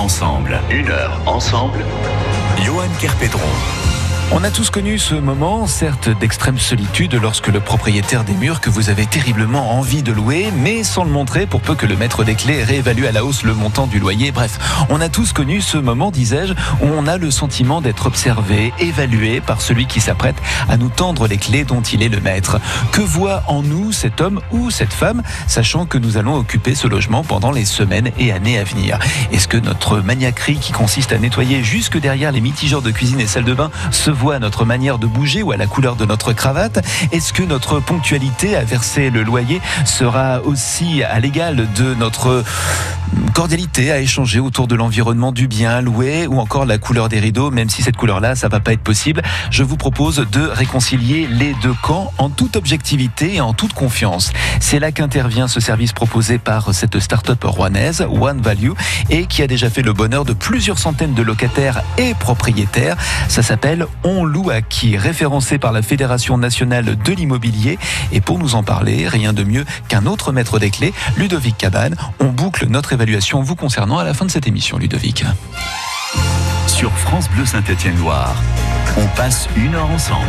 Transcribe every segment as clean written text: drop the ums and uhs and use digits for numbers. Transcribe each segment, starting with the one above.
ensemble. 1 heure ensemble. Johan Kerpedron. On a tous connu ce moment, certes d'extrême solitude, lorsque le propriétaire des murs que vous avez terriblement envie de louer, mais sans le montrer pour peu que le maître des clés réévalue à la hausse le montant du loyer. Bref, on a tous connu ce moment, disais-je, où on a le sentiment d'être observé, évalué par celui qui s'apprête à nous tendre les clés dont il est le maître. Que voit en nous cet homme ou cette femme, sachant que nous allons occuper ce logement pendant les semaines et années à venir? Est-ce que notre maniaquerie qui consiste à nettoyer jusque derrière les mitigeurs de cuisine et salle de bain se voit à notre manière de bouger ou à la couleur de notre cravate? Est-ce que notre ponctualité à verser le loyer sera aussi à l'égal de notre cordialité à échanger autour de l'environnement du bien loué ou encore la couleur des rideaux, même si cette couleur-là, ça va pas être possible? Je vous propose de réconcilier les deux camps en toute objectivité et en toute confiance. C'est là qu'intervient ce service proposé par cette start-up rouennaise, OneValue, et qui a déjà fait le bonheur de plusieurs centaines de locataires et propriétaires. Ça s'appelle On loue à qui, référencé par la Fédération nationale de l'immobilier. Et pour nous en parler, rien de mieux qu'un autre maître des clés, Ludovic Cabane. On boucle notre évaluation vous concernant à la fin de cette émission, Ludovic. Sur France Bleu Saint-Étienne-Loire, on passe 1 heure ensemble.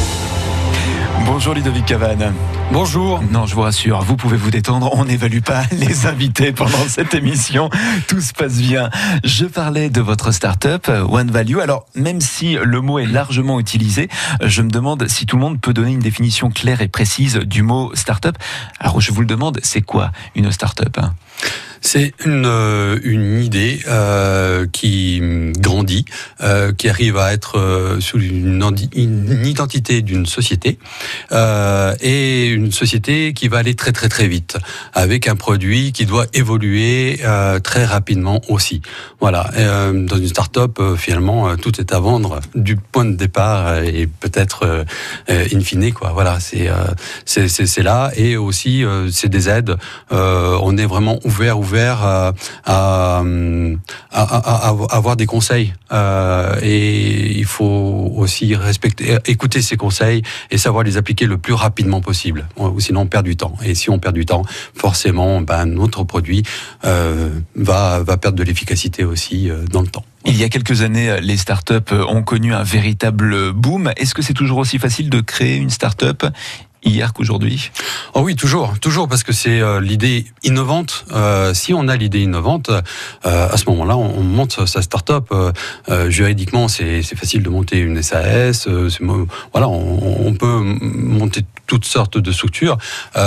Bonjour Ludovic Cabane. Bonjour. Non, je vous rassure, vous pouvez vous détendre, on n'évalue pas les invités pendant cette émission, tout se passe bien. Je parlais de votre start-up, OneValue. Alors, même si le mot est largement utilisé, je me demande si tout le monde peut donner une définition claire et précise du mot start-up. Alors, je vous le demande, c'est quoi une start-up ? C'est une idée qui grandit, qui arrive à être sous une identité d'une société et une société qui va aller très très très vite avec un produit qui doit évoluer très rapidement aussi. Voilà. Dans une start-up, finalement, tout est à vendre du point de départ et peut-être in fine, quoi. Voilà, c'est là, et aussi c'est des aides. On est vraiment ouvert à avoir des conseils et il faut aussi écouter ces conseils et savoir les appliquer le plus rapidement possible, ou sinon on perd du temps. Et si on perd du temps, forcément, notre produit va perdre de l'efficacité aussi dans le temps. Il y a quelques années, les startups ont connu un véritable boom. Est-ce que c'est toujours aussi facile de créer une startup hier qu'aujourd'hui? Oh oui, toujours, parce que c'est l'idée innovante. Si on a l'idée innovante, à ce moment-là, on monte sa start-up. Juridiquement, c'est facile de monter une SAS. Voilà, on peut monter toutes sortes de structures.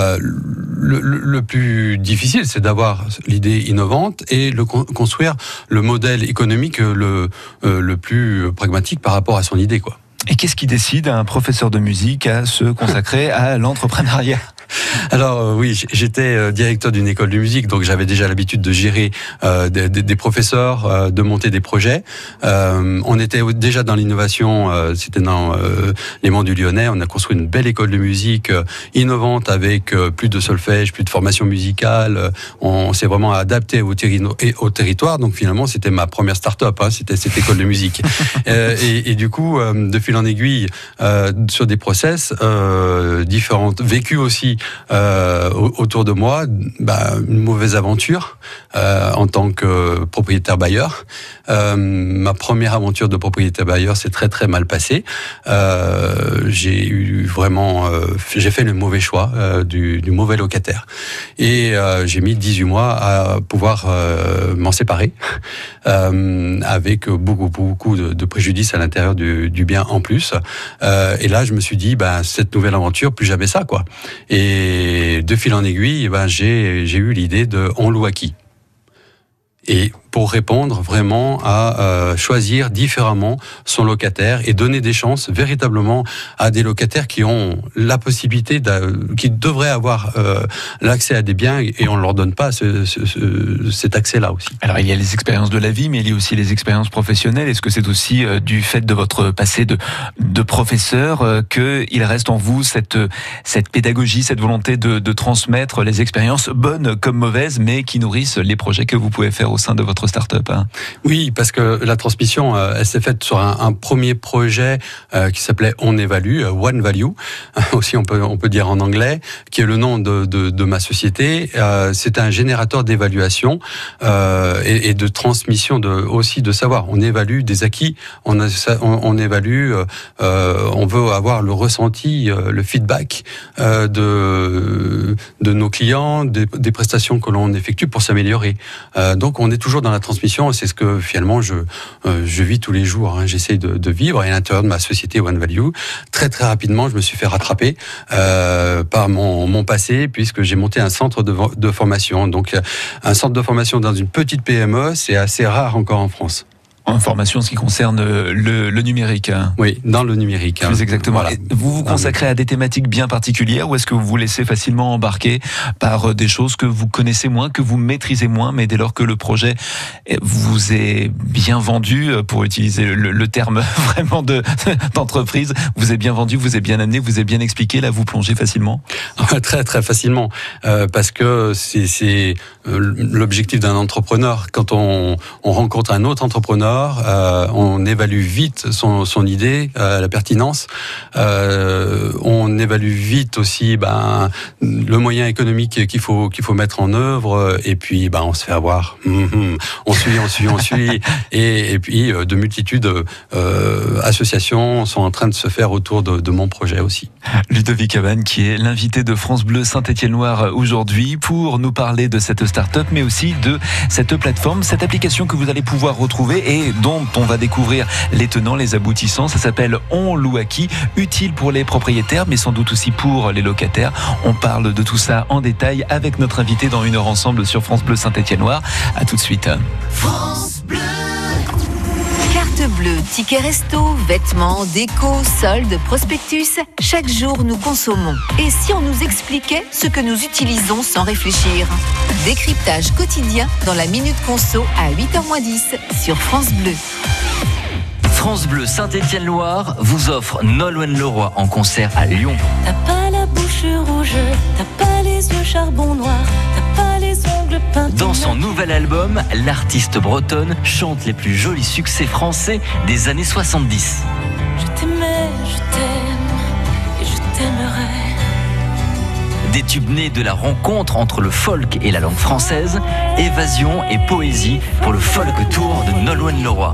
Le plus difficile, c'est d'avoir l'idée innovante et construire le modèle économique le plus pragmatique par rapport à son idée, quoi. Et qu'est-ce qui décide un professeur de musique à se consacrer à l'entrepreneuriat ? Alors oui, j'étais directeur d'une école de musique, donc j'avais déjà l'habitude de gérer des professeurs, de monter des projets. On était déjà dans l'innovation, c'était dans les Monts du Lyonnais. On a construit une belle école de musique innovante avec plus de solfège, plus de formation musicale. On s'est vraiment adapté au territoire. Donc finalement, c'était ma première start-up, c'était cette école de musique. Et du coup, de fil en aiguille, sur des process différentes, vécus aussi autour de moi, une mauvaise aventure en tant que propriétaire bailleur. Ma première aventure de propriétaire bailleur s'est très très mal passée. J'ai fait le mauvais choix du mauvais locataire. Et j'ai mis 18 mois à pouvoir m'en séparer, avec beaucoup de préjudices à l'intérieur du bien en plus. Et là, je me suis dit, cette nouvelle aventure, plus jamais ça, quoi. Et de fil en aiguille, j'ai eu l'idée de On loue à qui ? Et pour répondre vraiment à choisir différemment son locataire et donner des chances véritablement à des locataires qui ont la possibilité, qui devraient avoir l'accès à des biens, et on ne leur donne pas cet accès-là aussi. Alors il y a les expériences de la vie, mais il y a aussi les expériences professionnelles. Est-ce que c'est aussi du fait de votre passé de professeur qu'il reste en vous cette pédagogie, cette volonté de transmettre les expériences bonnes comme mauvaises, mais qui nourrissent les projets que vous pouvez faire au sein de votre votre start-up. Oui, parce que la transmission, elle s'est faite sur un premier projet qui s'appelait On Évalue, One Value, aussi on peut dire en anglais, qui est le nom de ma société. C'est un générateur d'évaluation et de transmission aussi de savoir. On évalue des acquis, on évalue, on veut avoir le ressenti, le feedback de nos clients, des prestations que l'on effectue pour s'améliorer. Donc on est toujours dans la transmission, c'est ce que finalement je vis tous les jours. J'essaye de vivre, et à l'intérieur de ma société One Value, très très rapidement, je me suis fait rattraper par mon passé, puisque j'ai monté un centre de formation. Donc un centre de formation dans une petite PME, c'est assez rare encore en France. En formation, en ce qui concerne le numérique. Oui, dans le numérique. Plus exactement. Voilà. Vous vous consacrez à des thématiques bien particulières, ou est-ce que vous vous laissez facilement embarquer par des choses que vous connaissez moins, que vous maîtrisez moins, mais dès lors que le projet vous est bien vendu, pour utiliser le terme vraiment d'entreprise, vous est bien vendu, vous est bien amené, vous est bien expliqué, là vous plongez facilement? Très très facilement, parce que c'est l'objectif d'un entrepreneur. Quand on rencontre un autre entrepreneur, on évalue vite son idée, la pertinence. On évalue vite aussi le moyen économique qu'il faut mettre en œuvre, et puis on se fait avoir. On suit. Et puis de multitudes associations sont en train de se faire autour de mon projet aussi. Ludovic Havane, qui est l'invité de France Bleu Saint-Étienne-Loire aujourd'hui, pour nous parler de cette start-up, mais aussi de cette plateforme, cette application que vous allez pouvoir retrouver et dont on va découvrir les tenants, les aboutissants. Ça s'appelle On Loue à qui, utile pour les propriétaires, mais sans doute aussi pour les locataires. On parle de tout ça en détail avec notre invité dans 1 heure ensemble sur France Bleu Saint-Étienne-Loire. À tout de suite. France Bleu. Carte bleue, tickets resto, vêtements, déco, soldes, prospectus. Chaque jour, nous consommons. Et si on nous expliquait ce que nous utilisons sans réfléchir? Décryptage quotidien dans la Minute Conso à 8h10 sur France Bleu. France Bleu Saint-Étienne-Loire vous offre Nolwenn Leroy en concert à Lyon. T'as pas la bouche rouge, t'as pas les yeux charbon noir, t'as pas les ongles peints. Dans son nouvel album, l'artiste bretonne chante les plus jolis succès français des années 70. Je t'aimais, je t'aime et je t'aimerai. Des tubes nés de la rencontre entre le folk et la langue française, évasion et poésie pour le folk tour de Nolwenn Leroy.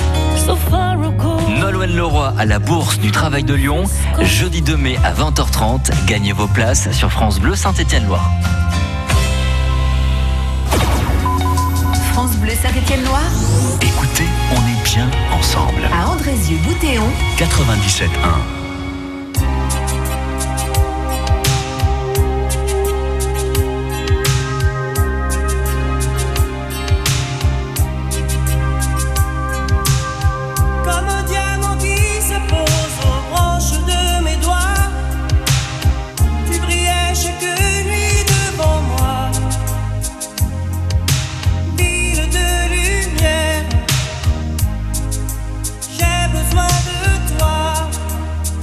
Nolwenn Leroy à la Bourse du Travail de Lyon, jeudi 2 mai à 20h30. Gagnez vos places sur France Bleu Saint-Étienne-Loire. France Bleu Saint-Étienne-Loire. Écoutez, on est bien ensemble. À Andrézieux-Boutéon. 97.1. J'ai besoin de toi.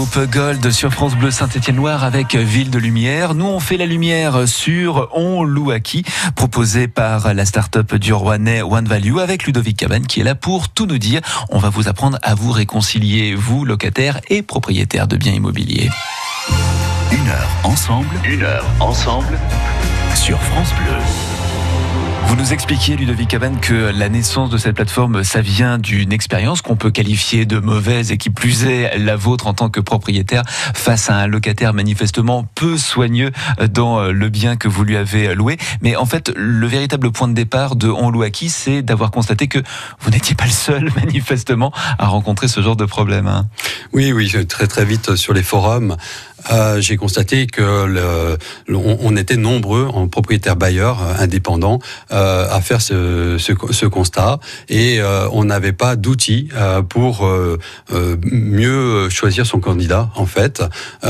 groupe Gold sur France Bleu Saint-Étienne-Loire avec Ville de Lumière. Nous, on fait la lumière sur On loue à qui, proposé par la start-up du Rouennais One Value avec Ludovic Cabane qui est là pour tout nous dire. On va vous apprendre à vous réconcilier, vous, locataires et propriétaires de biens immobiliers. 1 heure ensemble sur France Bleu. Vous nous expliquiez, Ludovic Cabane, que la naissance de cette plateforme, ça vient d'une expérience qu'on peut qualifier de mauvaise et qui plus est la vôtre en tant que propriétaire face à un locataire manifestement peu soigneux dans le bien que vous lui avez loué. Mais en fait, le véritable point de départ de On loue à qui, c'est d'avoir constaté que vous n'étiez pas le seul, manifestement, à rencontrer ce genre de problème. Hein. Oui, très très vite sur les forums. J'ai constaté que on était nombreux en propriétaires bailleurs indépendants à faire ce constat et on n'avait pas d'outils pour mieux choisir son candidat en fait.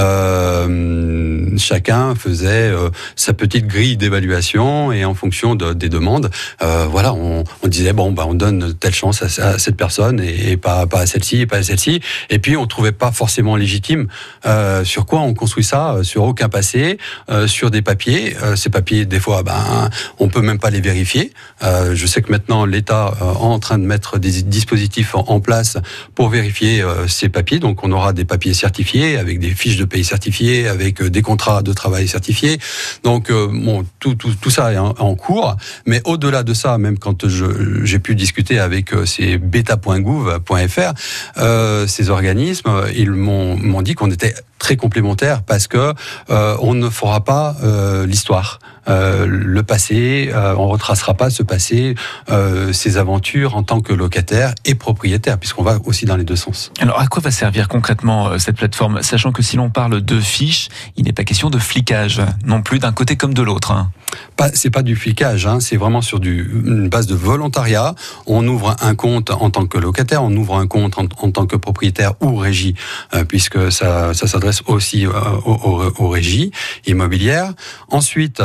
Chacun faisait sa petite grille d'évaluation et en fonction des demandes, on disait on donne telle chance à cette personne et pas à celle-ci et pas à celle-ci. Et puis on trouvait pas forcément légitime sur quoi on construit ça, sur aucun passé, sur des papiers. Ces papiers, des fois, on peut même pas les vérifier. Je sais que maintenant, l'État est en train de mettre des dispositifs en place pour vérifier ces papiers. Donc, on aura des papiers certifiés, avec des fiches de paye certifiées, avec des contrats de travail certifiés. Donc, tout ça est en cours. Mais au-delà de ça, même quand j'ai pu discuter avec ces beta.gouv.fr, ces organismes, ils m'ont dit qu'on était très complémentaires parce que on ne fera pas l'histoire, le passé, on retracera pas ce passé, ses aventures en tant que locataire et propriétaire, puisqu'on va aussi dans les deux sens. Alors, à quoi va servir concrètement cette plateforme, sachant que si l'on parle de fiches, il n'est pas question de flicage non plus d'un côté comme de l'autre. Hein. C'est pas du flicage, c'est vraiment sur une base de volontariat. On ouvre un compte en tant que locataire, on ouvre un compte en tant que propriétaire ou régie, puisque ça s'adresse aussi aux régies immobilières. Ensuite,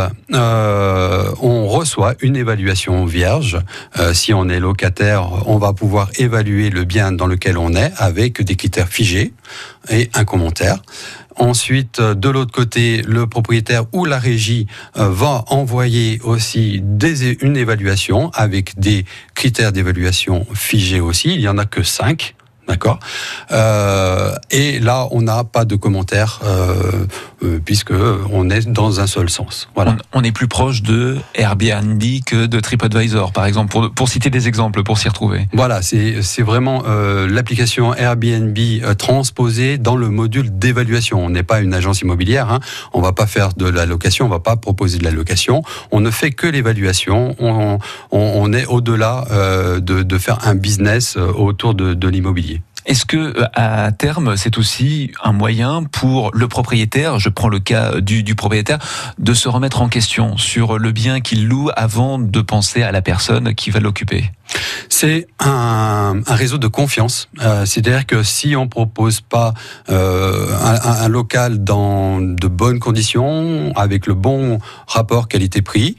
on reçoit une évaluation vierge. Si on est locataire, on va pouvoir évaluer le bien dans lequel on est avec des critères figés et un commentaire. Ensuite, de l'autre côté, le propriétaire ou la régie va envoyer aussi une évaluation avec des critères d'évaluation figés aussi. Il n'y en a que 5. D'accord. Et là, on n'a pas de commentaire puisque on est dans un seul sens. Voilà. On est plus proche de Airbnb que de TripAdvisor, par exemple, pour citer des exemples, pour s'y retrouver. Voilà, c'est vraiment l'application Airbnb transposée dans le module d'évaluation. On n'est pas une agence immobilière. On va pas faire de la location, on va pas proposer de la location. On ne fait que l'évaluation. On est au-delà de faire un business autour de l'immobilier. Est-ce que, à terme, c'est aussi un moyen pour le propriétaire, je prends le cas du propriétaire, de se remettre en question sur le bien qu'il loue avant de penser à la personne qui va l'occuper ? C'est un réseau de confiance. C'est-à-dire que si on propose pas un local dans de bonnes conditions, avec le bon rapport qualité-prix,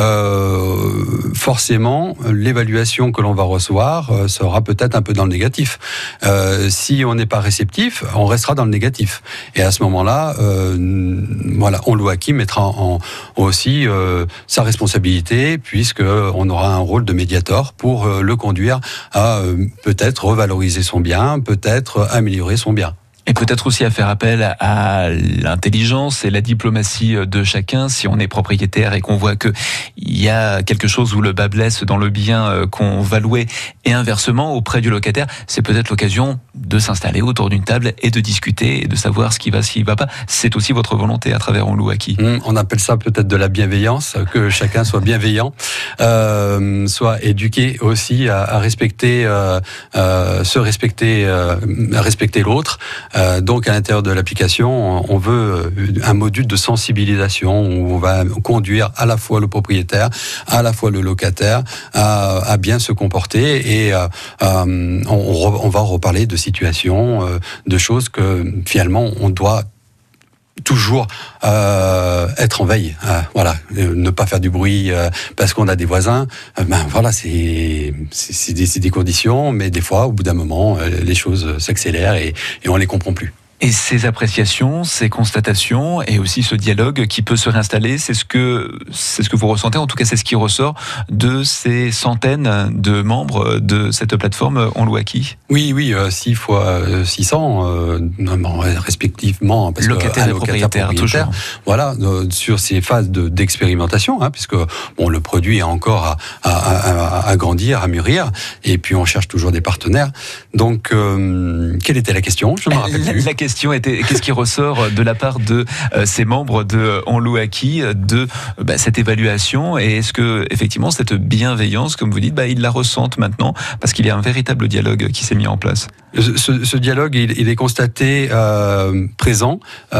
forcément, l'évaluation que l'on va recevoir sera peut-être un peu dans le négatif. Si on n'est pas réceptif, on restera dans le négatif. Et à ce moment-là, On loue à qui mettra aussi sa responsabilité, puisqu'on aura un rôle de médiateur pour le conduire à peut-être revaloriser son bien, peut-être améliorer son bien. Et peut-être aussi à faire appel à l'intelligence et la diplomatie de chacun. Si on est propriétaire et qu'on voit qu'il y a quelque chose où le bas blesse dans le bien qu'on va louer, et inversement auprès du locataire, c'est peut-être l'occasion de s'installer autour d'une table et de discuter et de savoir ce qui va, ce qui va pas. C'est aussi votre volonté à travers On loue à qui. On appelle ça peut-être de la bienveillance, que chacun soit bienveillant, soit éduqué aussi à respecter, se respecter, à respecter l'autre. Donc à l'intérieur de l'application, on veut un module de sensibilisation où on va conduire à la fois le propriétaire, à la fois le locataire à bien se comporter, et on va reparler de situations, de choses que finalement on doit toujours être en veille, ne pas faire du bruit parce qu'on a des voisins. C'est des conditions, mais des fois, au bout d'un moment, les choses s'accélèrent et on les comprend plus. Et ces appréciations, ces constatations et aussi ce dialogue qui peut se réinstaller, c'est ce que vous ressentez, en tout cas c'est ce qui ressort de ces centaines de membres de cette plateforme On loue à qui ? Oui, 6 fois 600, respectivement, parce locataires et propriétaires, toujours. Voilà, sur ces phases d'expérimentation, puisque le produit est encore à grandir, à mûrir, et puis on cherche toujours des partenaires. Donc, quelle était la question ? Je ne me rappelle plus. La question était, qu'est-ce qui ressort de la part de ces membres de On loue à qui, de cette évaluation, et est-ce que effectivement cette bienveillance, comme vous dites, ils la ressentent maintenant, parce qu'il y a un véritable dialogue qui s'est mis en place. Ce dialogue, il est constaté présent,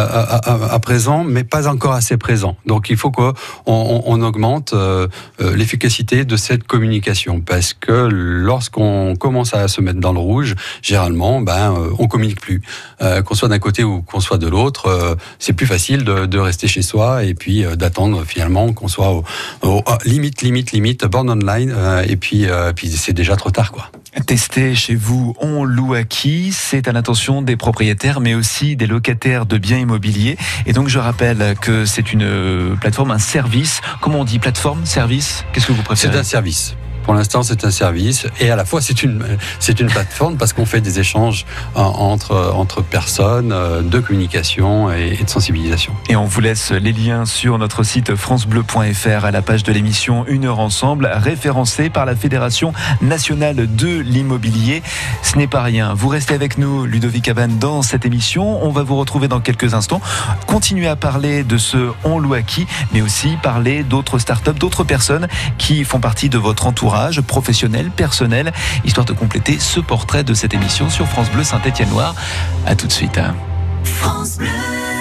à présent, mais pas encore assez présent. Donc il faut qu'on augmente l'efficacité de cette communication, parce que lorsqu'on commence à se mettre dans le rouge, généralement, on communique plus. Qu'on soit d'un côté ou qu'on soit de l'autre, c'est plus facile de rester chez soi et puis d'attendre finalement qu'on soit au limite born online, et puis c'est déjà trop tard, quoi. Tester chez vous On loue à qui, c'est à l'intention des propriétaires mais aussi des locataires de biens immobiliers. Et donc je rappelle que c'est une plateforme, un service. Comment on dit, plateforme, service ? Qu'est-ce que vous préférez ? C'est un service. Pour l'instant, c'est un service, et à la fois c'est une plateforme, parce qu'on fait des échanges entre personnes, de communication et de sensibilisation. Et on vous laisse les liens sur notre site francebleu.fr à la page de l'émission Une heure ensemble, référencée par la Fédération nationale de l'immobilier. Ce n'est pas rien. Vous restez avec nous, Ludovic Abane, dans cette émission. On va vous retrouver dans quelques instants. Continuez à parler de ce On loue à qui, mais aussi parler d'autres startups, d'autres personnes qui font partie de votre entourage professionnel, personnel, histoire de compléter ce portrait de cette émission sur France Bleu Saint-Étienne-Loire. À tout de suite. France Bleu.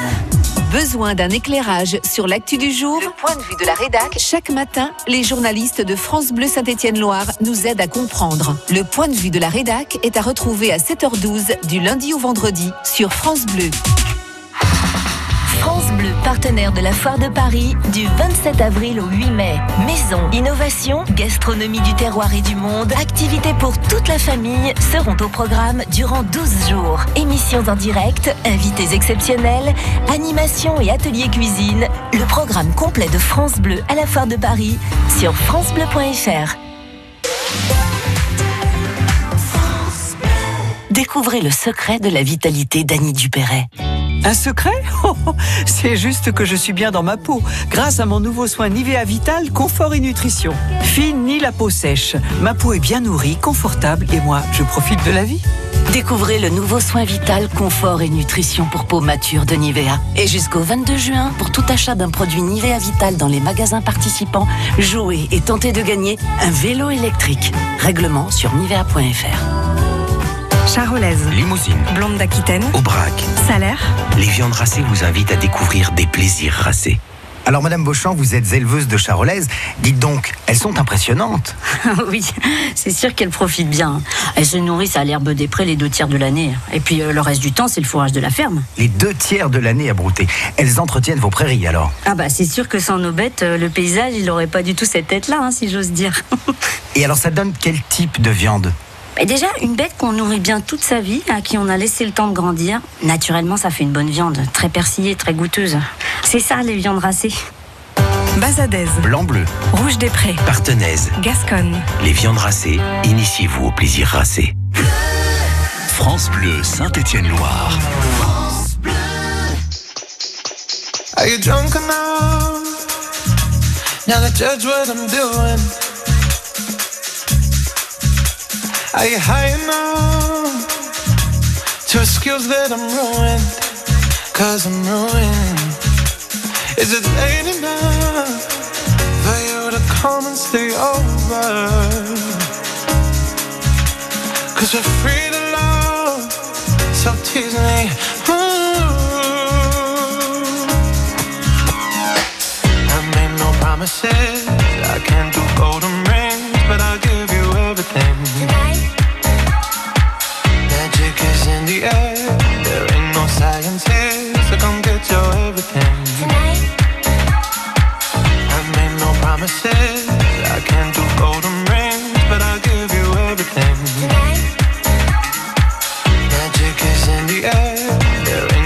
Besoin d'un éclairage sur l'actu du jour ? Le point de vue de la rédac. Chaque matin, les journalistes de France Bleu Saint-Étienne-Loire nous aident à comprendre. Le point de vue de la rédac est à retrouver à 7h12 du lundi au vendredi sur France Bleu. France Bleu, partenaire de la Foire de Paris, du 27 avril au 8 mai. Maison, innovation, gastronomie du terroir et du monde, activités pour toute la famille seront au programme durant 12 jours. Émissions en direct, invités exceptionnels, animations et ateliers cuisine. Le programme complet de France Bleu à la Foire de Paris sur francebleu.fr. Découvrez le secret de la vitalité d'Annie Dupéret. Un secret ? C'est juste que je suis bien dans ma peau, grâce à mon nouveau soin Nivea Vital Confort et Nutrition. Fine ni la peau sèche. Ma peau est bien nourrie, confortable, et moi, je profite de la vie. Découvrez le nouveau soin Vital Confort et Nutrition pour peau mature de Nivea. Et jusqu'au 22 juin, pour tout achat d'un produit Nivea Vital dans les magasins participants, jouez et tentez de gagner un vélo électrique. Règlement sur nivea.fr. Charolaise, Limousine, Blonde d'Aquitaine, Aubrac, Salaire. Les viandes racées vous invitent à découvrir des plaisirs racés. Alors Madame Beauchamp, vous êtes éleveuse de charolaises. Dites donc, elles sont impressionnantes. Oui, c'est sûr qu'elles profitent bien. Elles se nourrissent à l'herbe des prés les 2 tiers de l'année. Et puis le reste du temps, c'est le fourrage de la ferme. Les 2 tiers de l'année à brouter. Elles entretiennent vos prairies alors. Ah bah c'est sûr que sans nos bêtes, le paysage, il n'aurait pas du tout cette tête-là, si j'ose dire. Et alors ça donne quel type de viande ? Et déjà, une bête qu'on nourrit bien toute sa vie, à qui on a laissé le temps de grandir, naturellement, ça fait une bonne viande, très persillée, très goûteuse. C'est ça, les viandes racées. Bazadaise, Blanc-bleu, Rouge des Prés, Partenaise, Gasconne. Les viandes racées, initiez-vous au plaisir racé. France Bleu Saint-Étienne-Loire. Are you drunk enough now to judge what I'm doing? Are you high enough to excuse that I'm ruined? 'Cause I'm ruined. Is it late enough for you to come and stay over? 'Cause we're free to love, so tease me. I made no promises, I can't do golden rings, but I'll give you everything. Magic is in the air, there ain't no science here, so come get your everything. I made no promises, I can't do golden rings, but I'll give you everything. Magic is in the air, there ain't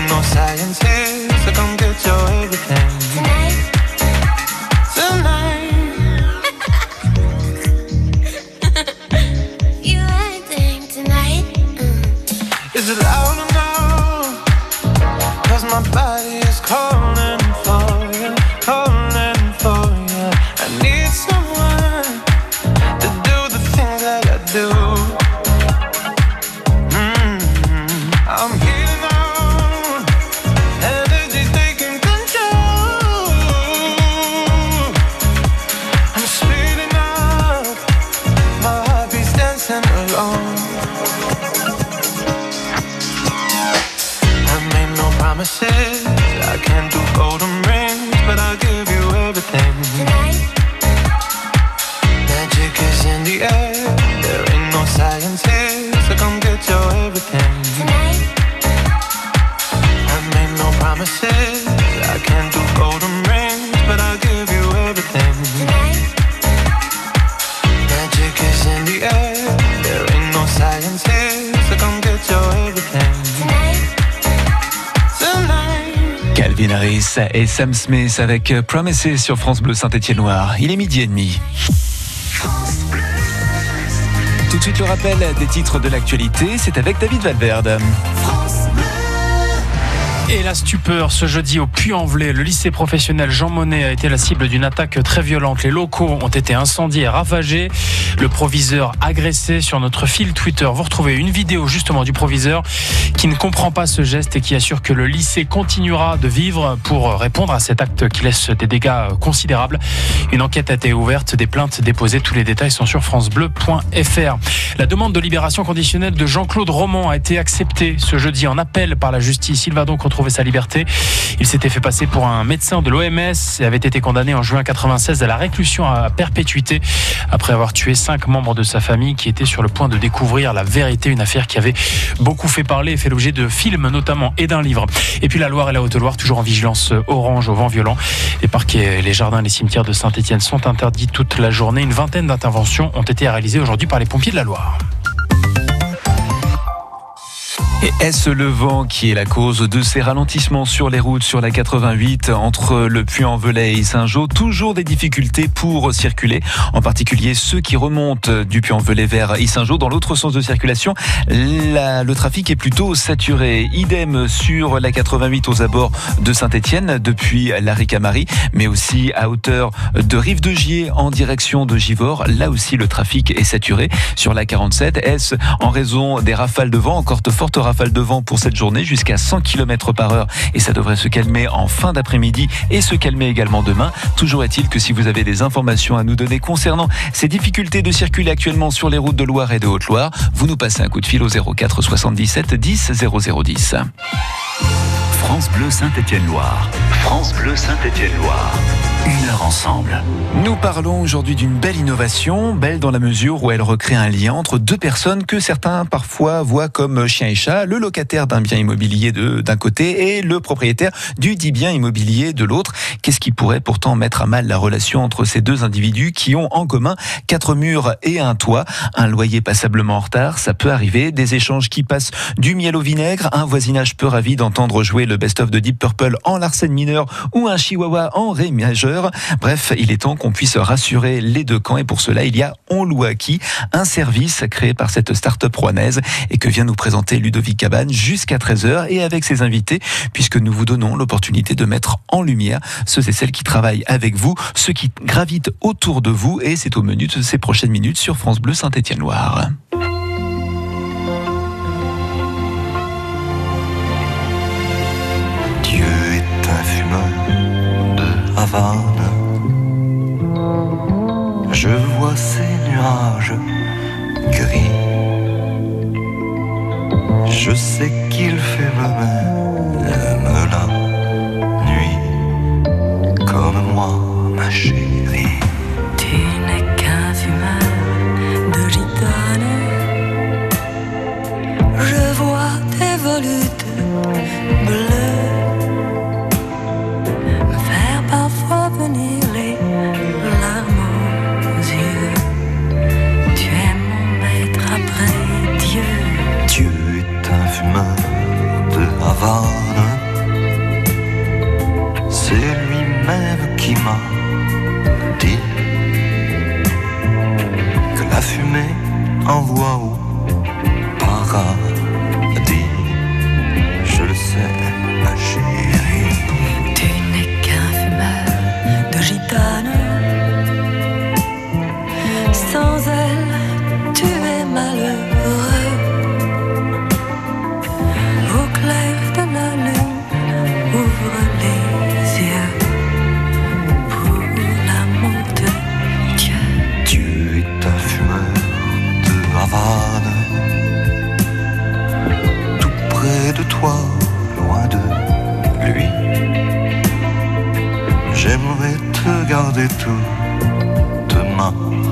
Harris et Sam Smith avec Promises sur France Bleu Saint-Étienne-Loire. Il est 12h30. Tout de suite le rappel des titres de l'actualité, c'est avec David Valverde. Et la stupeur ce jeudi au Puy-en-Velay. Le lycée professionnel Jean Monnet a été la cible d'une attaque très violente. Les locaux ont été incendiés et ravagés. Le proviseur agressé. Sur notre fil Twitter, vous retrouvez une vidéo justement du proviseur qui ne comprend pas ce geste et qui assure que le lycée continuera de vivre pour répondre à cet acte qui laisse des dégâts considérables. Une enquête a été ouverte, des plaintes déposées. Tous les détails sont sur francebleu.fr. La demande de libération conditionnelle de Jean-Claude Romand a été acceptée ce jeudi en appel par la justice. Il va donc retrouver sa liberté. Il s'était fait passer pour un médecin de l'OMS et avait été condamné en juin 1996 à la réclusion à perpétuité après avoir tué 5 membres de sa famille qui étaient sur le point de découvrir la vérité. Une affaire qui avait beaucoup fait parler et fait l'objet de films notamment et d'un livre. Et puis la Loire et la Haute-Loire toujours en vigilance orange au vent violent. Les parquets, les jardins et les cimetières de Saint-Étienne sont interdits toute la journée. Une vingtaine d'interventions ont été réalisées aujourd'hui par les pompiers de la Loire. Et est-ce le vent qui est la cause de ces ralentissements sur les routes sur la 88 entre le Puy-en-Velay et Saint-Jean? Toujours des difficultés pour circuler, en particulier ceux qui remontent du Puy-en-Velay vers Saint-Jean. Dans l'autre sens de circulation, le trafic est plutôt saturé. Idem sur la 88 aux abords de Saint-Étienne depuis la Ricamarie, mais aussi à hauteur de Rive-de-Gier en direction de Givors. Là aussi, le trafic est saturé. Sur la 47, est-ce en raison des rafales de vent, encore de fortes rafales de vent pour cette journée jusqu'à 100 km/h et ça devrait se calmer en fin d'après-midi et se calmer également demain. Toujours est-il que si vous avez des informations à nous donner concernant ces difficultés de circuler actuellement sur les routes de Loire et de Haute-Loire, vous nous passez un coup de fil au 04 77 10 0010. France Bleu Saint-Étienne-Loire. France Bleu Saint-Étienne-Loire. 1 heure ensemble. Nous parlons aujourd'hui d'une belle innovation, belle dans la mesure où elle recrée un lien entre deux personnes que certains parfois voient comme chien et chat, le locataire d'un bien immobilier d'un côté et le propriétaire du dit bien immobilier de l'autre. Qu'est-ce qui pourrait pourtant mettre à mal la relation entre ces deux individus qui ont en commun 4 murs et un toit, un loyer passablement en retard, ça peut arriver, des échanges qui passent du miel au vinaigre, un voisinage peu ravi d'entendre jouer le best-of de Deep Purple en Larsen mineur ou un chihuahua en ré majeur. Bref, il est temps qu'on puisse rassurer les deux camps et pour cela, il y a On loue à qui, un service créé par cette start-up rouennaise et que vient nous présenter Ludovic Cabane jusqu'à 13h et avec ses invités, puisque nous vous donnons l'opportunité de mettre en lumière ceux et celles qui travaillent avec vous, ceux qui gravitent autour de vous et c'est au menu de ces prochaines minutes sur France Bleu Saint-Étienne-Loire. Dieu est un fumeur de Havane. Je vois ces nuages gris. Je sais qu'il fait même la nuit comme moi, ma chérie. Tu n'es qu'un fumeur de gitane. Je vois tes volutes bleues me faire parfois venir les larmes aux yeux. Tu es mon maître après Dieu. Dieu est un fumeur de Havane. C'est lui-même qui m'a dit que la fumée envoie au paradis. Je le sais, ma chérie. Tu n'es qu'un fumeur de gitane. Sans elle, tu es malheureux. Au clair de la lune, ouvre les yeux pour l'amour de Dieu. Dieu est un fumeur de Havane. Tout près de toi, loin de lui. J'aimerais te garder toute ma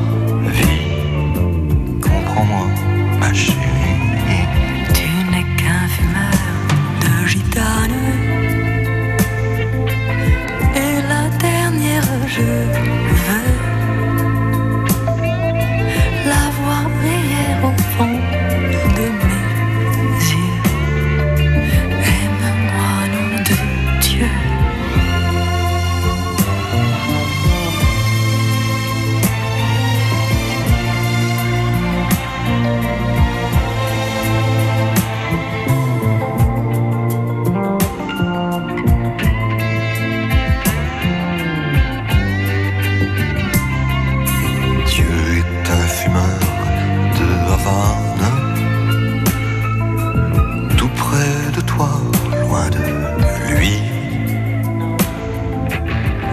vie. Comprends-moi, ma chérie. Tu n'es qu'un fumeur de gitane. Et la dernière, je veux la voir briller au fond de mes yeux. Aime-moi, nom de Dieu.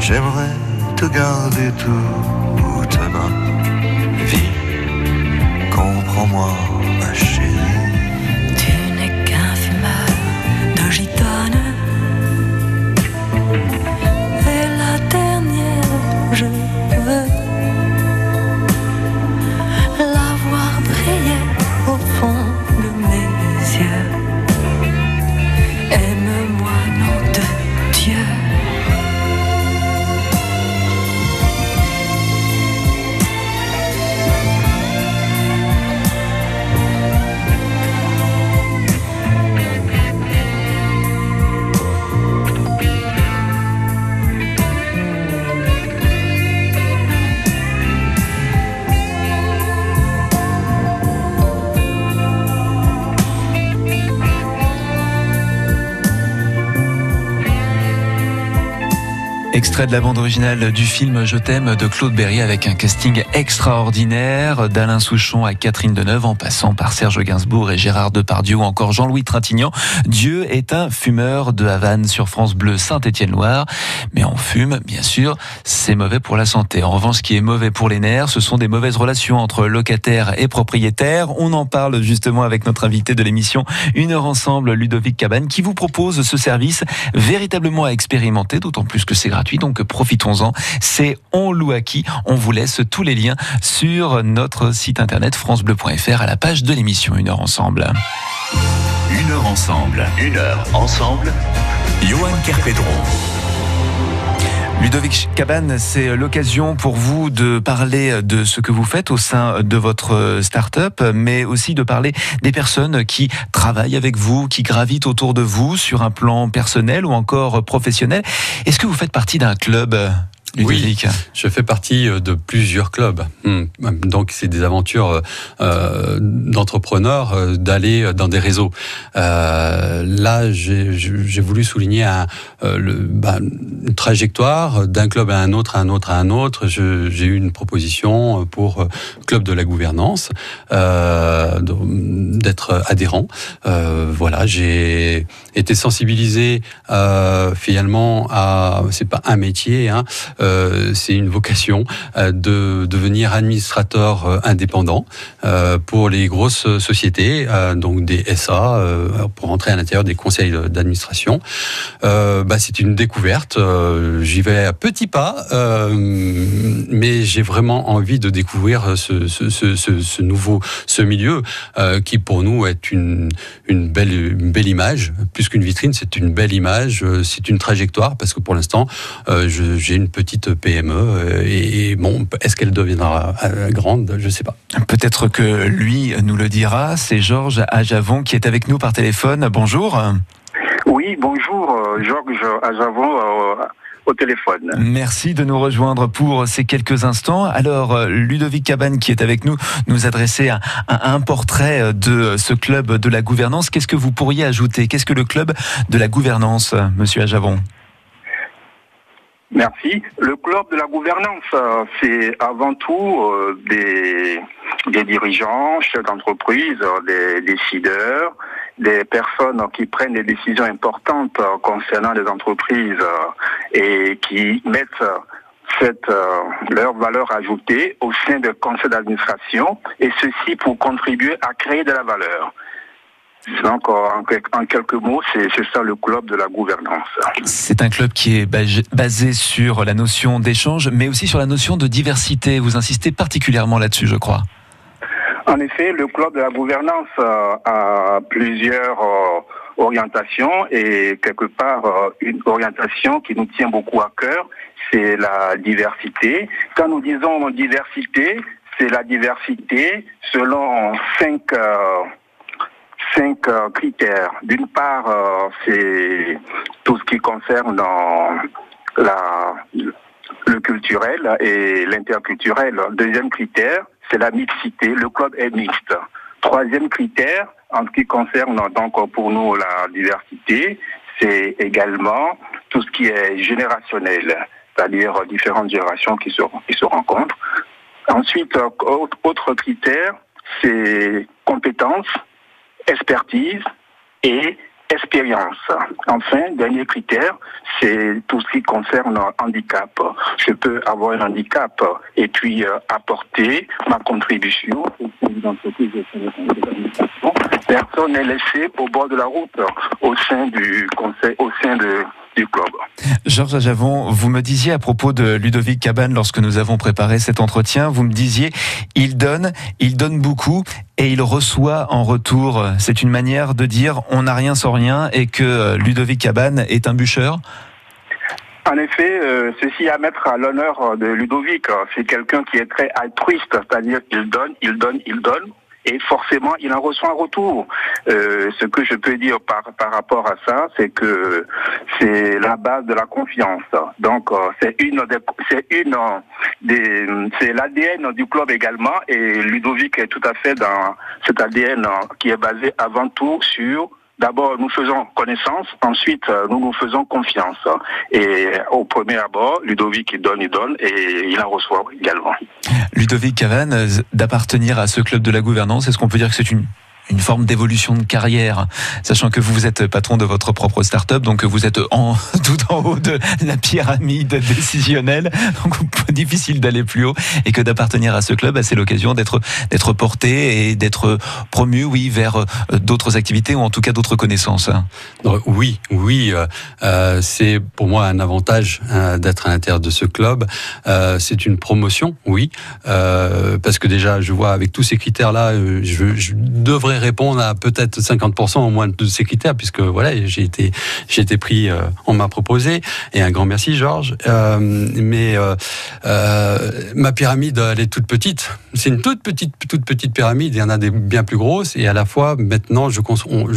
J'aimerais te garder toute ma vie. Comprends-moi, ma chérie. Tu n'es qu'un fumeur de gitane. Et la dernière, je veux la voir briller au fond de mes yeux. Aime-moi, nom de Dieu. Extrait de la bande originale du film Je t'aime de Claude Berry avec un casting extraordinaire d'Alain Souchon à Catherine Deneuve en passant par Serge Gainsbourg et Gérard Depardieu ou encore Jean-Louis Trintignant. Dieu est un fumeur de Havane sur France Bleu Saint-Étienne-Loire. Mais on fume, bien sûr, c'est mauvais pour la santé. En revanche, ce qui est mauvais pour les nerfs, ce sont des mauvaises relations entre locataires et propriétaires. On en parle justement avec notre invité de l'émission Une heure ensemble, Ludovic Cabane, qui vous propose ce service véritablement à expérimenter, d'autant plus que c'est gratuit. Donc profitons-en, c'est On loue à qui. On vous laisse tous les liens sur notre site internet francebleu.fr à la page de l'émission Une heure ensemble. Une heure ensemble, une heure ensemble, Johan Kerpédron. Ludovic Cabane, c'est l'occasion pour vous de parler de ce que vous faites au sein de votre start-up, mais aussi de parler des personnes qui travaillent avec vous, qui gravitent autour de vous sur un plan personnel ou encore professionnel. Est-ce que vous faites partie d'un club, Ludovic ? Oui, je fais partie de plusieurs clubs. Donc, c'est des aventures d'entrepreneurs d'aller dans des réseaux. Là, j'ai voulu souligner une trajectoire d'un club à un autre, à un autre, à un autre. J'ai eu une proposition pour Club de la Gouvernance, d'être adhérent. Voilà, j'ai été sensibilisé finalement à... C'est pas un métier, hein. C'est une vocation de devenir administrateur indépendant pour les grosses sociétés, donc des SA, pour entrer à l'intérieur des conseils d'administration. C'est une découverte. J'y vais à petits pas, mais j'ai vraiment envie de découvrir ce milieu qui pour nous est une belle image, plus qu'une vitrine, c'est une belle image, c'est une trajectoire parce que pour l'instant j'ai une petite PME et bon, est-ce qu'elle deviendra grande? Je ne sais pas. Peut-être que lui nous le dira. C'est Georges Ajavon qui est avec nous par téléphone. Bonjour. Oui, bonjour, Georges Ajavon au téléphone. Merci de nous rejoindre pour ces quelques instants. Alors, Ludovic Cabane qui est avec nous adressait un portrait de ce club de la gouvernance. Qu'est-ce que vous pourriez ajouter? Qu'est-ce que le club de la gouvernance, monsieur Ajavon? Merci. Le club de la gouvernance, c'est avant tout des dirigeants, chefs d'entreprise, des décideurs, des personnes qui prennent des décisions importantes concernant les entreprises et qui mettent leur valeur ajoutée au sein des conseils d'administration, et ceci pour contribuer à créer de la valeur. Donc, en quelques mots, c'est ça le club de la gouvernance. C'est un club qui est basé sur la notion d'échange, mais aussi sur la notion de diversité. Vous insistez particulièrement là-dessus, je crois. En effet, le club de la gouvernance a plusieurs orientations et quelque part une orientation qui nous tient beaucoup à cœur, c'est la diversité. Quand nous disons diversité, c'est la diversité selon cinq critères. D'une part, c'est tout ce qui concerne le culturel et l'interculturel. Deuxième critère, c'est la mixité. Le club est mixte. Troisième critère, en ce qui concerne donc pour nous la diversité, c'est également tout ce qui est générationnel, c'est-à-dire différentes générations qui se rencontrent. Ensuite, autre critère, c'est compétences, expertise et expérience. Enfin, dernier critère, c'est tout ce qui concerne handicap. Je peux avoir un handicap et puis apporter ma contribution au sein d'une entreprise, personne n'est laissé au bord de la route au sein du conseil, au sein du club. Georges Ajavon, vous me disiez à propos de Ludovic Cabane lorsque nous avons préparé cet entretien, vous me disiez, il donne beaucoup et il reçoit en retour. C'est une manière de dire on n'a rien sans rien et que Ludovic Cabane est un bûcheur. En effet, ceci à mettre à l'honneur de Ludovic, c'est quelqu'un qui est très altruiste, c'est-à-dire qu'il donne, et forcément il en reçoit un retour. Ce que je peux dire par rapport à ça, c'est que c'est la base de la confiance. Donc c'est l'ADN du club également, et Ludovic est tout à fait dans cet ADN qui est basé avant tout sur: d'abord, nous faisons connaissance, ensuite, nous faisons confiance. Et au premier abord, Ludovic, il donne, et il en reçoit également. Ludovic Cabane, d'appartenir à ce club de la gouvernance, est-ce qu'on peut dire que c'est une forme d'évolution de carrière, sachant que vous êtes patron de votre propre start-up, donc vous êtes tout en haut de la pyramide décisionnelle, donc difficile d'aller plus haut, et que d'appartenir à ce club, c'est l'occasion d'être porté et d'être promu, vers d'autres activités ou en tout cas d'autres connaissances. Oui, c'est pour moi un avantage d'être à l'intérieur de ce club. C'est une promotion, oui, parce que déjà, je vois avec tous ces critères-là, je devrais répondre à peut-être 50% au moins de ces critères, puisque voilà, j'ai été pris, on m'a proposé, et un grand merci Georges. Mais ma pyramide, elle est toute petite. C'est une toute petite pyramide. Il y en a des bien plus grosses, et à la fois maintenant, je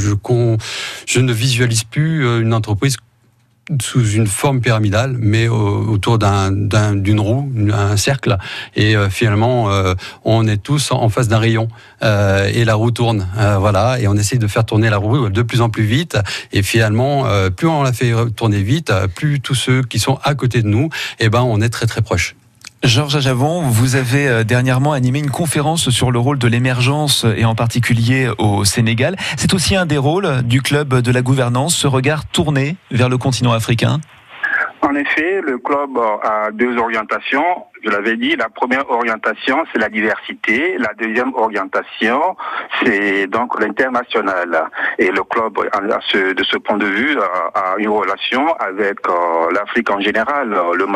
ne visualise plus une entreprise sous une forme pyramidale, mais autour d'une roue, un cercle, et finalement on est tous en face d'un rayon, et la roue tourne, voilà, et on essaye de faire tourner la roue de plus en plus vite, et finalement plus on la fait tourner vite, plus tous ceux qui sont à côté de nous, on est très très proches. Georges Ajavon, vous avez dernièrement animé une conférence sur le rôle de l'émergence, et en particulier au Sénégal. C'est aussi un des rôles du club de la gouvernance, ce regard tourné vers le continent africain. En effet, le club a deux orientations. Je l'avais dit, la première orientation, c'est la diversité. La deuxième orientation, c'est donc l'international. Et le club, de ce point de vue, a une relation avec l'Afrique en général,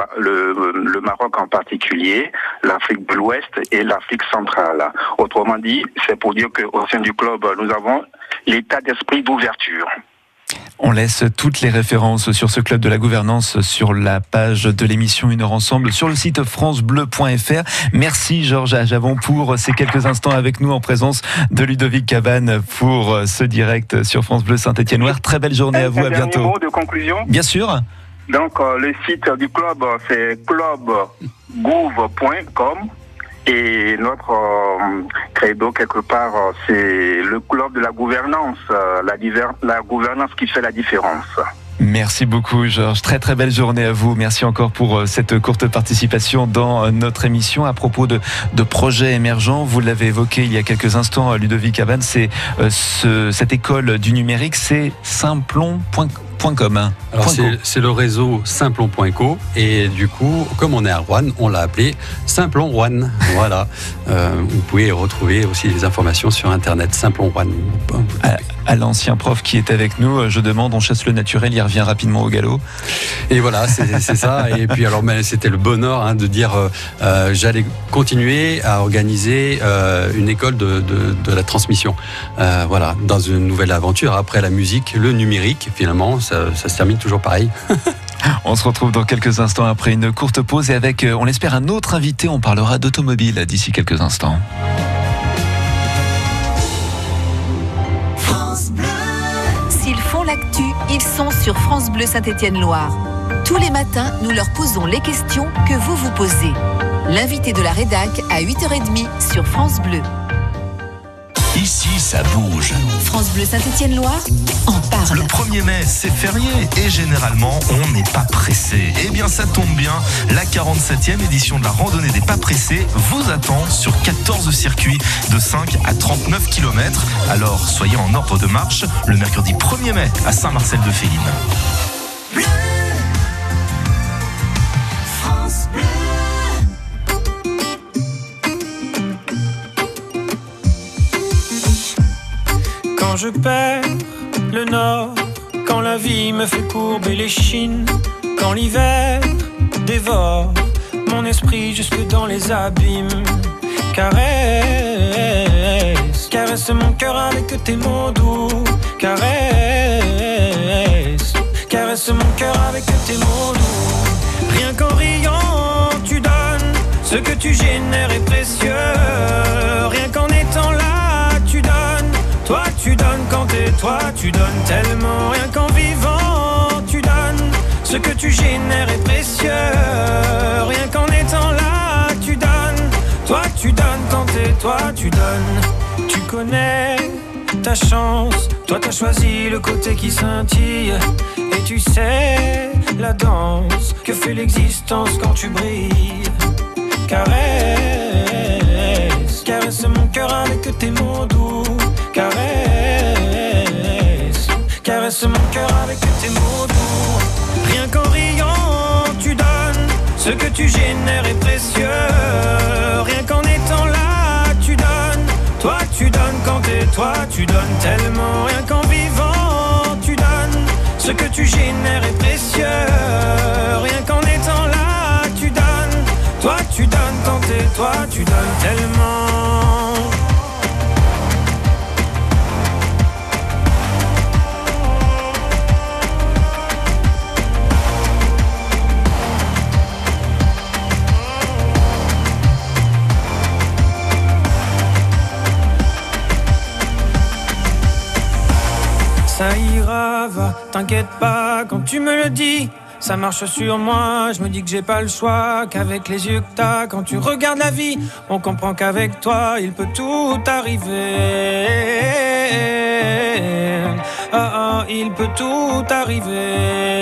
le Maroc en particulier, l'Afrique de l'Ouest et l'Afrique centrale. Autrement dit, c'est pour dire qu'au sein du club, nous avons l'état d'esprit d'ouverture. On laisse toutes les références sur ce club de la gouvernance sur la page de l'émission Une heure ensemble sur le site francebleu.fr. Merci Georges Ajavon pour ces quelques instants avec nous en présence de Ludovic Cabane pour ce direct sur France Bleu Saint-Étienne-Loire. Très belle journée à vous, à bientôt. Un mot de conclusion ? Bien sûr. Donc le site du club, c'est clubgouv.com. Et notre credo, quelque part, c'est le club de la gouvernance, la gouvernance qui fait la différence. Merci beaucoup Georges, très très belle journée à vous. Merci encore pour cette courte participation dans notre émission. À propos de projets émergents, vous l'avez évoqué il y a quelques instants, Ludovic Cabane, c'est cette école du numérique, c'est simplon.com. Alors c'est le réseau simplon.co, et du coup, comme on est à Rouen, on l'a appelé Simplon Rouen. Voilà. Vous pouvez retrouver aussi les informations sur internet, Simplon Rouen. À l'ancien prof qui est avec nous, je demande, on chasse le naturel, il revient rapidement au galop. Et voilà, c'est ça. Et puis alors, c'était le bonheur de dire, j'allais continuer à organiser une école de la transmission. Voilà, dans une nouvelle aventure après la musique, le numérique. Finalement, ça se termine toujours pareil. On se retrouve dans quelques instants après une courte pause, et avec, on l'espère, un autre invité. On parlera d'automobile d'ici quelques instants. S'ils font l'actu, ils sont sur France Bleu Saint-Étienne-Loire. Tous les matins, nous leur posons les questions que vous vous posez. L'invité de la rédac à 8h30 sur France Bleu. Ici, ça bouge. France Bleu Saint-Étienne-Loire en parle. Le 1er mai, c'est férié et généralement, on n'est pas pressé. Eh bien, ça tombe bien, la 47e édition de la randonnée des pas pressés vous attend sur 14 circuits de 5 à 39 km. Alors, soyez en ordre de marche le mercredi 1er mai à Saint-Marcel-de-Féline. Bleu. France Bleu. Quand je perds le nord, quand la vie me fait courber les chines, quand l'hiver dévore mon esprit jusque dans les abîmes, caresse, caresse mon cœur avec tes mots doux, caresse, caresse mon cœur avec tes mots doux. Rien qu'en riant tu donnes, ce que tu génères est précieux. Rien qu'en étant là tu donnes, toi tu donnes quand t'es toi, tu donnes tellement. Rien qu'en vivant tu donnes, ce que tu génères est précieux. Rien qu'en étant là tu donnes, toi tu donnes quand t'es toi, tu donnes. Tu connais ta chance, toi t'as choisi le côté qui scintille. Et tu sais la danse que fait l'existence quand tu brilles. Caresse, caresse mon cœur avec tes mots doux. Caresse, caresse mon cœur avec tes mots doux. Rien qu'en riant tu donnes, ce que tu génères est précieux. Rien qu'en étant là tu donnes, toi tu donnes quand t'es toi, tu donnes tellement. Rien qu'en vivant tu donnes, ce que tu génères est précieux. Rien qu'en étant là tu donnes, toi tu donnes quand t'es toi, tu donnes tellement. Ça ira, va, t'inquiète pas quand tu me le dis. Ça marche sur moi, je me dis que j'ai pas le choix, qu'avec les yeux que t'as, quand tu regardes la vie, on comprend qu'avec toi, il peut tout arriver. Ah, ah, il peut tout arriver.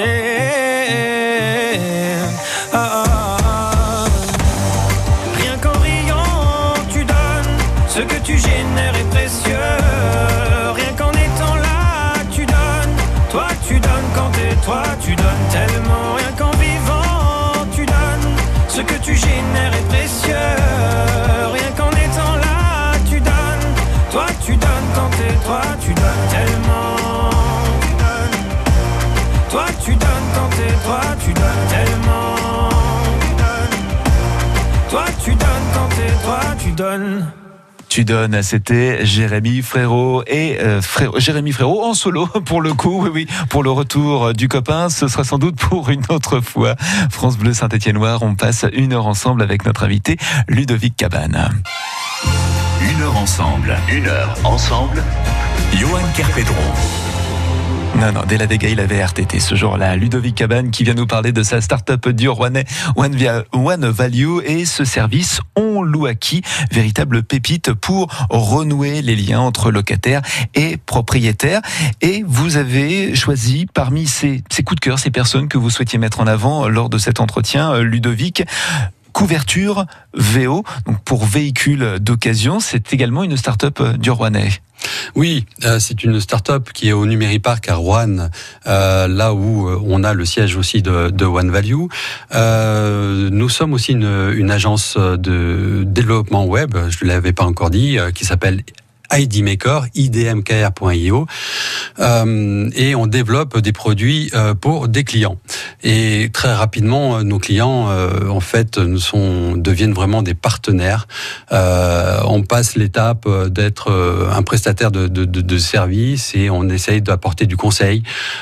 Ah, ah. Rien qu'en riant, tu donnes, ce que tu génères est précieux. Rien qu'en étant là, tu donnes, toi tu donnes quand t'es toi, tu donnes tellement. Rien qu'en vivant, tu donnes, ce que tu génères est précieux. Rien qu'en étant là, tu donnes, toi tu donnes quand t'es toi, tu donnes tellement. Tu donnes. Toi tu donnes quand t'es toi, tu donnes tellement. Tu donnes. Toi tu donnes quand t'es toi, tu donnes. Tu donnes, c'était Jérémy Frérot et Jérémy Frérot en solo pour le coup, oui, pour le retour du copain, ce sera sans doute pour une autre fois. France Bleu Saint-Étienne-Loire, on passe 1 heure ensemble avec notre invité Ludovic Cabane. 1 heure ensemble, 1 heure ensemble, Johan Kerpedron. Non, dès la dégâts, il avait RTT ce jour-là. Ludovic Cabane qui vient nous parler de sa start-up du Rouennais One Value et ce service On Loue Acquis, véritable pépite pour renouer les liens entre locataires et propriétaires. Et vous avez choisi parmi ces coups de cœur, ces personnes que vous souhaitiez mettre en avant lors de cet entretien, Ludovic, Couverture VO, donc pour véhicules d'occasion, c'est également une start-up du Rouennais. Oui, c'est une start-up qui est au Numériparc à Roanne, là où on a le siège aussi de One Value. Nous sommes aussi une agence de développement web, je ne l'avais pas encore dit, qui s'appelle IDmaker, idmkr.io, et on développe des produits pour des clients. Et très rapidement, nos clients, en fait, deviennent vraiment des partenaires. On passe l'étape d'être un prestataire de service et on essaye d'apporter du conseil,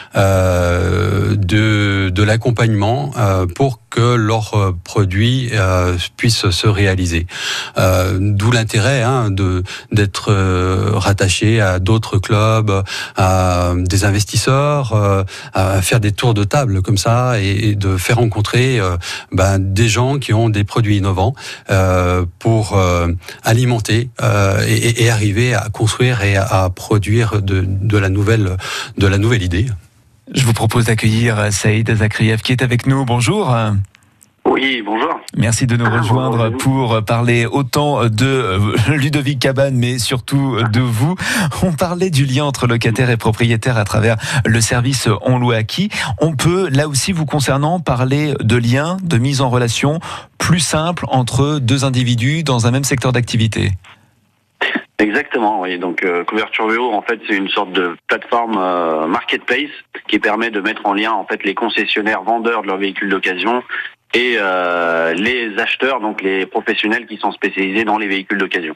de l'accompagnement pour que leurs produits puissent se réaliser. D'où l'intérêt d'être rattacher à d'autres clubs, à des investisseurs, à faire des tours de table comme ça et de faire rencontrer des gens qui ont des produits innovants pour alimenter et arriver à construire et à produire de la nouvelle idée. Je vous propose d'accueillir Saïd Zakriev qui est avec nous. Bonjour. Oui, bonjour. Merci de nous rejoindre pour parler autant de Ludovic Cabane, mais surtout de vous. On parlait du lien entre locataires et propriétaires à travers le service On loue à qui. On peut, là aussi vous concernant, parler de lien, de mise en relation plus simple entre deux individus dans un même secteur d'activité. Exactement, oui. Donc Couverture VO, en fait, c'est une sorte de plateforme marketplace qui permet de mettre en lien en fait les concessionnaires vendeurs de leurs véhicules d'occasion et les acheteurs, donc les professionnels qui sont spécialisés dans les véhicules d'occasion.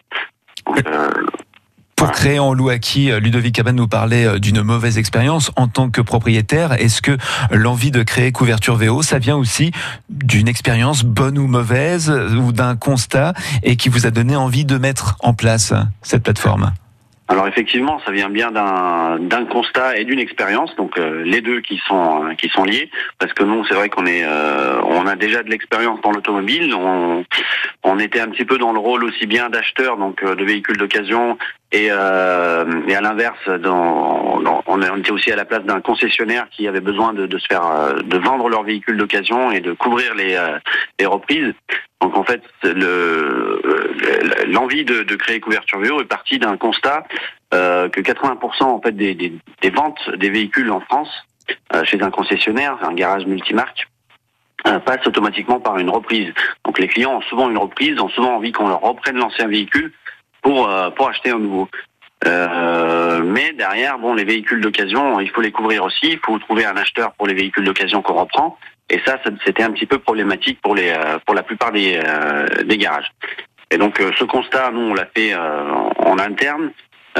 Pour créer On loue à qui, Ludovic Cabane nous parlait d'une mauvaise expérience en tant que propriétaire. Est-ce que l'envie de créer Couverture VO, ça vient aussi d'une expérience bonne ou mauvaise ou d'un constat et qui vous a donné envie de mettre en place cette plateforme ? Alors effectivement, ça vient bien d'un constat et d'une expérience, donc les deux qui sont liés, parce que nous, c'est vrai qu'on a déjà de l'expérience dans l'automobile, on était un petit peu dans le rôle aussi bien d'acheteur donc de véhicules d'occasion et à l'inverse, on était aussi à la place d'un concessionnaire qui avait besoin de vendre leurs véhicules d'occasion et de couvrir les reprises. Donc en fait, l'envie de créer Couverture VO est partie d'un constat que 80% en fait des ventes des véhicules en France chez un concessionnaire, un garage multimarque, passent automatiquement par une reprise. Donc les clients ont souvent une reprise, ont souvent envie qu'on leur reprenne l'ancien véhicule pour acheter un nouveau. Mais derrière, les véhicules d'occasion, il faut les couvrir aussi. Il faut trouver un acheteur pour les véhicules d'occasion qu'on reprend. Et ça, c'était un petit peu problématique pour la plupart des garages. Et donc, ce constat, nous, on l'a fait en interne.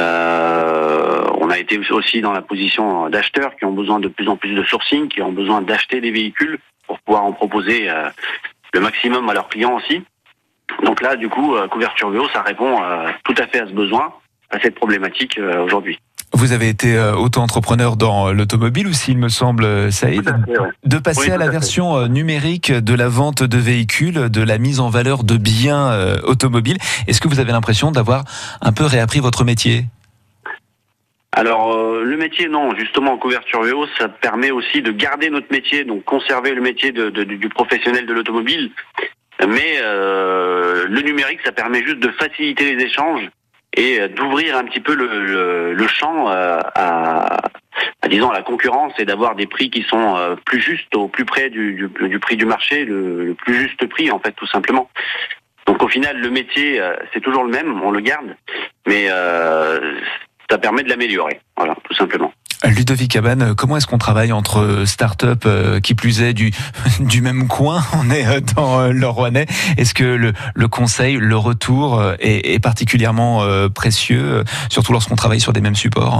On a été aussi dans la position d'acheteurs qui ont besoin de plus en plus de sourcing, qui ont besoin d'acheter des véhicules pour pouvoir en proposer le maximum à leurs clients aussi. Donc là, du coup, Couverture VO, ça répond tout à fait à ce besoin, à cette problématique aujourd'hui. Vous avez été auto-entrepreneur dans l'automobile aussi, il me semble, Saïd. De passer à la version numérique de la vente de véhicules, de la mise en valeur de biens automobiles. Est-ce que vous avez l'impression d'avoir un peu réappris votre métier ? Alors, le métier, non. Justement, Couverture VO, ça permet aussi de garder notre métier, donc conserver le métier du professionnel de l'automobile. Mais le numérique, ça permet juste de faciliter les échanges et d'ouvrir un petit peu le champ à la concurrence et d'avoir des prix qui sont plus justes, au plus près du prix du marché, le plus juste prix en fait, tout simplement. Donc au final, le métier, c'est toujours le même, on le garde, mais ça permet de l'améliorer, voilà, tout simplement. Ludovic Cabane, comment est-ce qu'on travaille entre start-up qui plus est du même coin? On est dans le Rouennais. Est-ce que le conseil, le retour est particulièrement précieux, surtout lorsqu'on travaille sur des mêmes supports?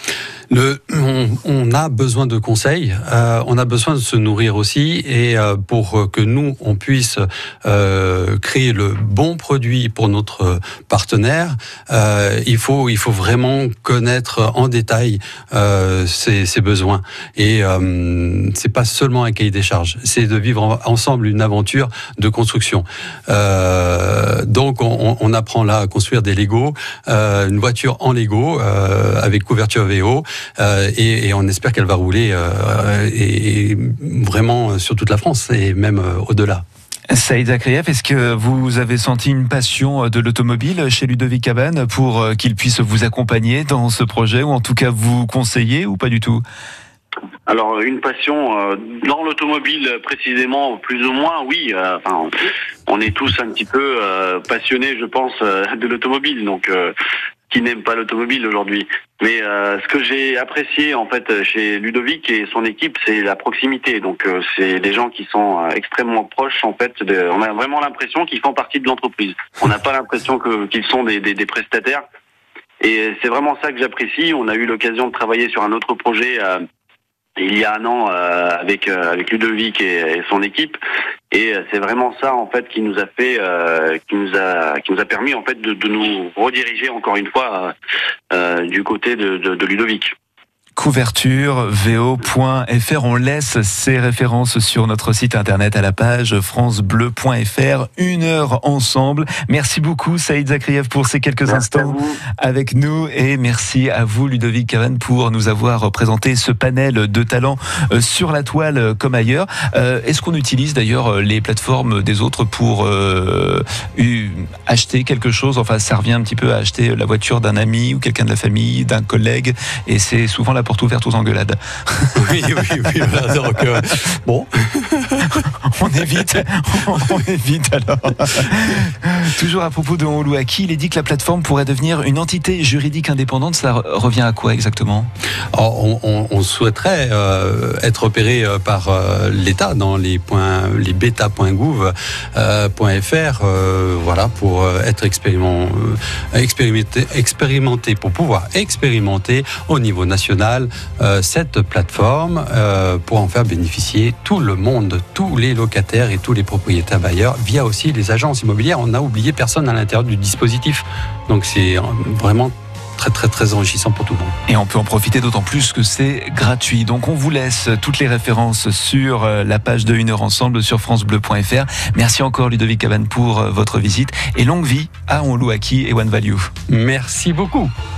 On a besoin de conseils, on a besoin de se nourrir aussi, et pour que nous on puisse créer le bon produit pour notre partenaire, il faut vraiment connaître en détail ses besoins, et c'est pas seulement un cahier des charges, c'est de vivre ensemble une aventure de construction. Donc on apprend là à construire des Lego, une voiture en Lego avec Couverture VO. Et on espère qu'elle va rouler et vraiment sur toute la France et même au-delà. Saïd Zakriev, est-ce que vous avez senti une passion de l'automobile chez Ludovic Cabane pour qu'il puisse vous accompagner dans ce projet, ou en tout cas vous conseiller, ou pas du tout? Alors une passion dans l'automobile précisément, plus ou moins, oui. On est tous un petit peu passionnés, je pense, de l'automobile. Donc qui n'aime pas l'automobile aujourd'hui. Mais ce que j'ai apprécié en fait chez Ludovic et son équipe, c'est la proximité. Donc c'est des gens qui sont extrêmement proches en fait. On a vraiment l'impression qu'ils font partie de l'entreprise. On n'a pas l'impression qu'ils sont des prestataires. Et c'est vraiment ça que j'apprécie. On a eu l'occasion de travailler sur un autre projet il y a un an avec Ludovic et son équipe. Et c'est vraiment ça en fait qui nous a fait, qui nous a permis en fait de nous rediriger encore une fois du côté de Ludovic. Couverture vo.fr. On laisse ces références sur notre site internet à la page francebleu.fr. 1 heure ensemble. Merci beaucoup Saïd Zakriev pour ces quelques instants avec nous, et merci à vous Ludovic Cavan pour nous avoir présenté ce panel de talents sur la toile comme ailleurs. Est-ce qu'on utilise d'ailleurs les plateformes des autres pour acheter quelque chose? Enfin, ça revient un petit peu à acheter la voiture d'un ami ou quelqu'un de la famille, d'un collègue, et c'est souvent la porte ouverte aux engueulades. Oui, voilà, donc, bon. on évite alors. Toujours à propos de On loue à qui, il est dit que la plateforme pourrait devenir une entité juridique indépendante. Ça revient à quoi exactement? On souhaiterait être opéré par l'État dans les beta.gouv.fr, voilà, pour être expérimenté, pour pouvoir expérimenter au niveau national cette plateforme pour en faire bénéficier tout le monde, tous les locataires et tous les propriétaires bailleurs, via aussi les agences immobilières. On n'a oublié personne à l'intérieur du dispositif. Donc c'est vraiment très enrichissant pour tout le monde. Et on peut en profiter d'autant plus que c'est gratuit. Donc on vous laisse toutes les références sur la page de 1 heure ensemble sur francebleu.fr. Merci encore Ludovic Cavan pour votre visite, et longue vie à On loue à qui et One Value. Merci beaucoup.